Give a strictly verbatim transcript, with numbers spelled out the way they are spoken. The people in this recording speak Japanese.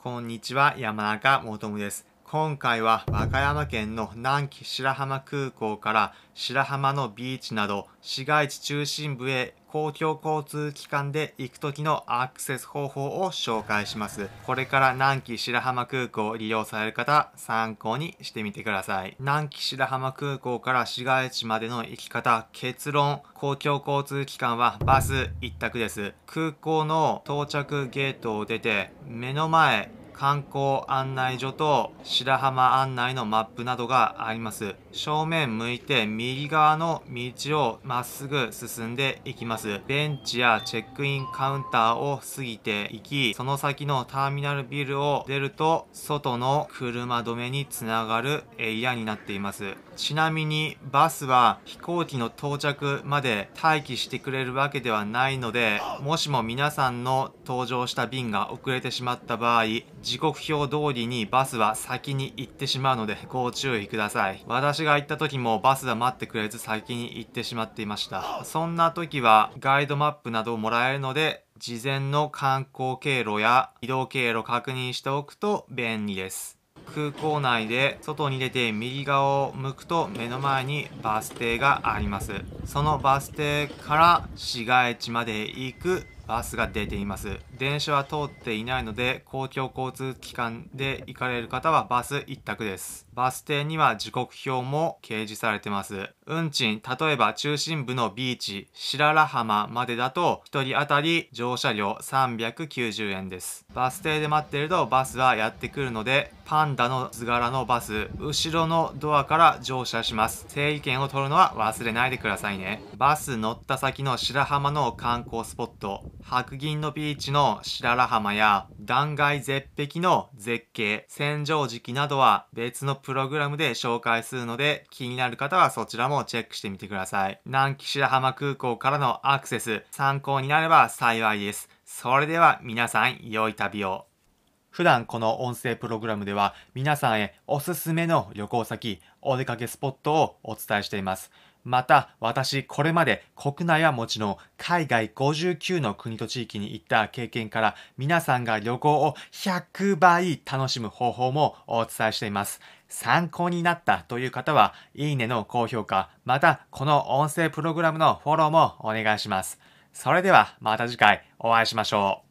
こんにちは、山中もとむです。今回は和歌山県の南紀白浜空港から白浜のビーチなど市街地中心部へ公共交通機関で行く時のアクセス方法を紹介します。これから南紀白浜空港を利用される方、参考にしてみてください。南紀白浜空港から市街地までの行き方、結論、公共交通機関はバス一択です。空港の到着ゲートを出て、目の前、観光案内所と白浜案内のマップなどがあります。正面向いて右側の道をまっすぐ進んでいきます。ベンチやチェックインカウンターを過ぎていき、その先のターミナルビルを出ると、外の車止めにつながるエリアになっています。ちなみにバスは飛行機の到着まで待機してくれるわけではないので、もしも皆さんの搭乗した便が遅れてしまった場合、時刻表通りにバスは先に行ってしまうのでご注意ください。私が行った時もバスは待ってくれず先に行ってしまっていました。そんな時はガイドマップなどをもらえるので、事前の観光経路や移動経路を確認しておくと便利です。空港内で外に出て右側を向くと目の前にバス停があります。そのバス停から市街地まで行くバスが出ています。電車は通っていないので、公共交通機関で行かれる方はバス一択です。バス停には時刻表も掲示されてます。運賃、例えば中心部のビーチ、白良浜までだと、ひとり当たり乗車料さんびゃくきゅうじゅうえんです。バス停で待っているとバスはやってくるので、パンダの図柄のバス、後ろのドアから乗車します。整理券を取るのは忘れないでくださいね。バス乗った先の白浜の観光スポット、白銀のビーチの白良浜や断崖絶壁の絶景、千畳敷などは別のプログラムで紹介するので、気になる方はそちらもチェックしてみてください。南紀白浜空港からのアクセス、参考になれば幸いです。それでは皆さん、良い旅を。普段この音声プログラムでは皆さんへおすすめの旅行先、お出かけスポットをお伝えしています。また、私、これまで国内はもちろん、海外ごじゅうきゅうの国と地域に行った経験から、皆さんが旅行をひゃくばい楽しむ方法もお伝えしています。参考になったという方は、いいねの高評価、また、この音声プログラムのフォローもお願いします。それでは、また次回お会いしましょう。